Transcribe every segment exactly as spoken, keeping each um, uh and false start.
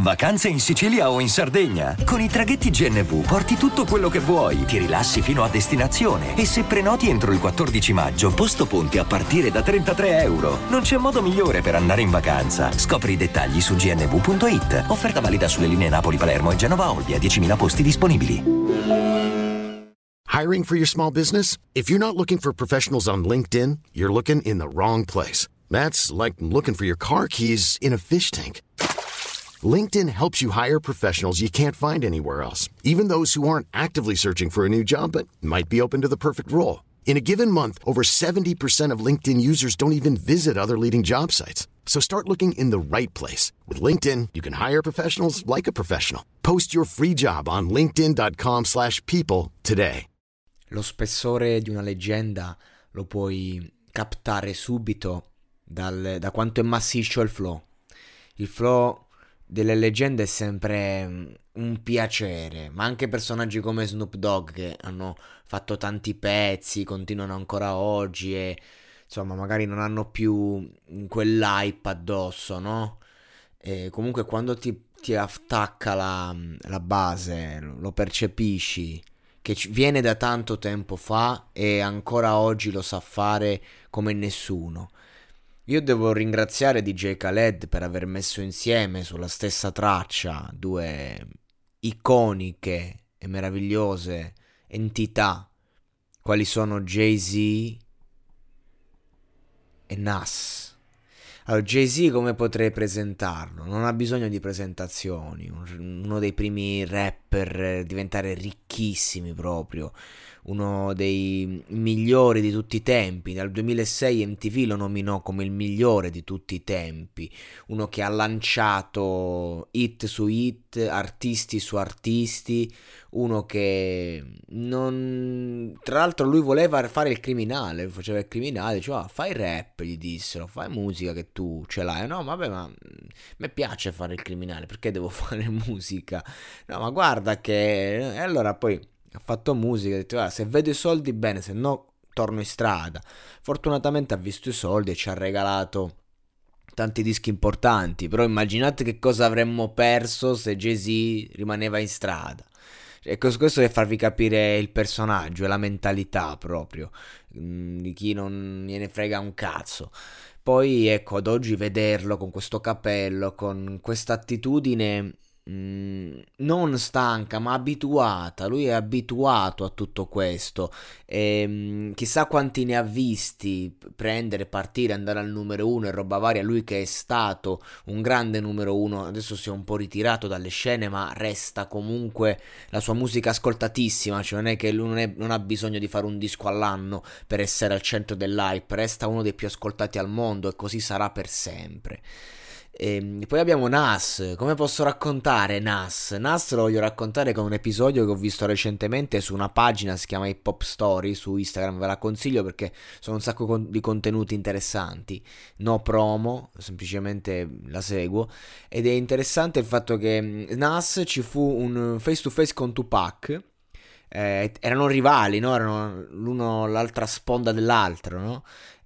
Vacanze in Sicilia o in Sardegna? Con i traghetti G N V porti tutto quello che vuoi, ti rilassi fino a destinazione e se prenoti entro il quattordici maggio, posto ponti a partire da trentatré euro. Non c'è modo migliore per andare in vacanza. Scopri i dettagli su g n v punto i t. Offerta valida sulle linee Napoli-Palermo e Genova-Olbia, diecimila posti disponibili. Hiring for your small business? If you're not looking for professionals on LinkedIn, you're looking in the wrong place. That's like looking for your car keys in a fish tank. LinkedIn helps you hire professionals you can't find anywhere else, even those who aren't actively searching for a new job but might be open to the perfect role. In a given month, over seventy percent of LinkedIn users don't even visit other leading job sites. So start looking in the right place. With LinkedIn, you can hire professionals like a professional. Post your free job on linkedin dot com slash people today. Lo spessore di una leggenda lo puoi captare subito dal, da quanto è massiccio il flow. Il flow delle leggende è sempre un piacere, ma anche personaggi come Snoop Dogg che hanno fatto tanti pezzi, continuano ancora oggi e insomma magari non hanno più quell'hype addosso, no? E comunque quando ti, ti attacca la, la base, lo percepisci che viene da tanto tempo fa e ancora oggi lo sa fare come nessuno. Io devo ringraziare D J Khaled per aver messo insieme sulla stessa traccia due iconiche e meravigliose entità, quali sono Jay-Z e Nas. Allora, Jay-Z come potrei presentarlo? Non ha bisogno di presentazioni, uno dei primi rapper a diventare ricchissimi proprio, uno dei migliori di tutti i tempi. Dal duemilasei M T V lo nominò come il migliore di tutti i tempi, uno che ha lanciato hit su hit, artisti su artisti, uno che non... Tra l'altro lui voleva fare il criminale, faceva il criminale, diceva ah, fai rap, gli dissero, fai musica che tu ce l'hai. No, vabbè, ma mi piace fare il criminale, perché devo fare musica? No, ma guarda che... E allora poi ha fatto musica, ha detto ah, se vedo i soldi bene, se no torno in strada. Fortunatamente ha visto i soldi e ci ha regalato tanti dischi importanti, però immaginate che cosa avremmo perso se Jay-Z rimaneva in strada. E questo è farvi capire il personaggio e la mentalità proprio di chi non gliene frega un cazzo. Poi ecco, ad oggi vederlo con questo capello, con questa attitudine mh, non stanca ma abituata, lui è abituato a tutto questo e mh, chissà quanti ne ha visti prendere, partire, andare al numero uno e roba varia, lui che è stato un grande numero uno, adesso si è un po' ritirato dalle scene ma resta comunque la sua musica ascoltatissima, cioè non è che lui non, è, non ha bisogno di fare un disco all'anno per essere al centro dell'hype, resta uno dei più ascoltati al mondo e così sarà per sempre. E poi abbiamo Nas. Come posso raccontare Nas? Nas lo voglio raccontare con un episodio che ho visto recentemente su una pagina, si chiama Hip Hop Story su Instagram, ve la consiglio perché sono un sacco con- di contenuti interessanti, no promo, semplicemente la seguo, ed è interessante il fatto che Nas ci fu un face to face con Tupac. Eh, erano rivali, no? Erano l'uno l'altra sponda dell'altro, no?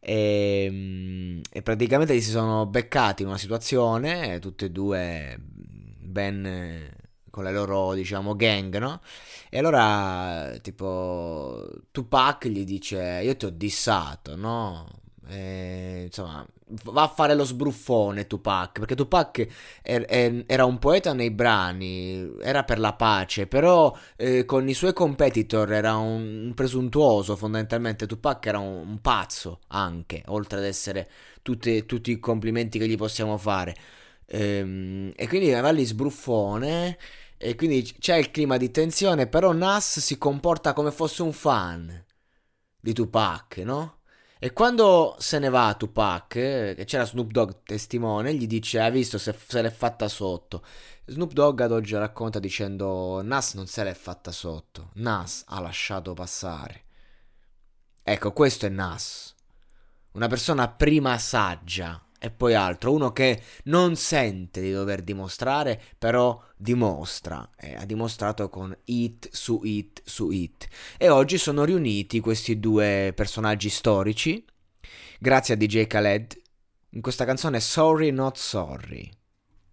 E, e praticamente si sono beccati in una situazione, tutti e due ben eh, con le loro, diciamo, gang, no? E allora, tipo, Tupac gli dice, io ti ho dissato, no? E, insomma, va a fare lo sbruffone Tupac, perché Tupac er- er- era un poeta nei brani, era per la pace, però eh, con i suoi competitor era un, un presuntuoso fondamentalmente. Tupac era un, un pazzo anche, oltre ad essere tutti, tutti i complimenti che gli possiamo fare. Ehm, e quindi va lì sbruffone e quindi c'è il clima di tensione, però Nas si comporta come fosse un fan di Tupac, no? E quando se ne va Tupac, eh, che c'era Snoop Dogg testimone, gli dice, hai visto se, se l'è fatta sotto. Snoop Dogg ad oggi racconta dicendo, Nas non se l'è fatta sotto, Nas ha lasciato passare. Ecco, questo è Nas, una persona prima saggia e poi altro, uno che non sente di dover dimostrare, però dimostra, e ha dimostrato con hit su hit su hit. E oggi sono riuniti questi due personaggi storici, grazie a D J Khaled, in questa canzone Sorry Not Sorry.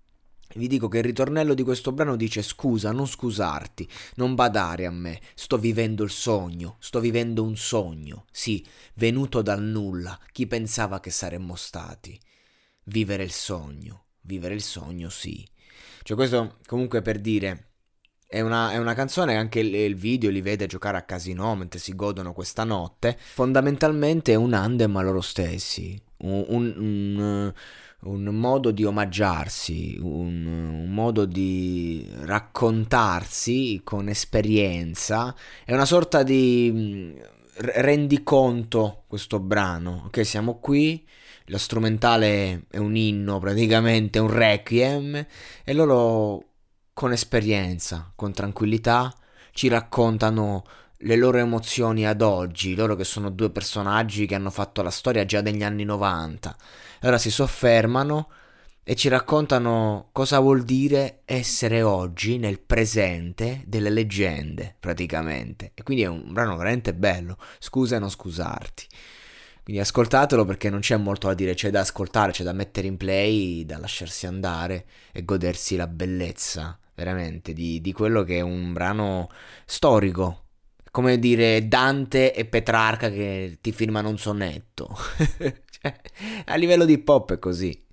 Vi dico che il ritornello di questo brano dice: scusa, non scusarti, non badare a me, sto vivendo il sogno, sto vivendo un sogno, sì, venuto dal nulla, chi pensava che saremmo stati? Vivere il sogno, vivere il sogno, sì. Cioè questo comunque per dire, è una, è una canzone che anche il, il video li vede giocare a casinò mentre si godono questa notte, fondamentalmente è un andem a loro stessi, un... un, un un modo di omaggiarsi, un, un modo di raccontarsi con esperienza, è una sorta di mh, rendiconto questo brano, ok? Siamo qui, lo strumentale è un inno, praticamente un requiem, e loro con esperienza, con tranquillità, ci raccontano le loro emozioni ad oggi, loro che sono due personaggi che hanno fatto la storia già degli anni novanta. Allora si soffermano e ci raccontano cosa vuol dire essere oggi nel presente delle leggende, praticamente. E quindi è un brano veramente bello, scusa e non scusarti. Quindi ascoltatelo perché non c'è molto da dire, c'è da ascoltare, c'è da mettere in play, da lasciarsi andare e godersi la bellezza, veramente, di, di quello che è un brano storico. Come dire Dante e Petrarca che ti firmano un sonetto. Cioè, a livello di pop è così.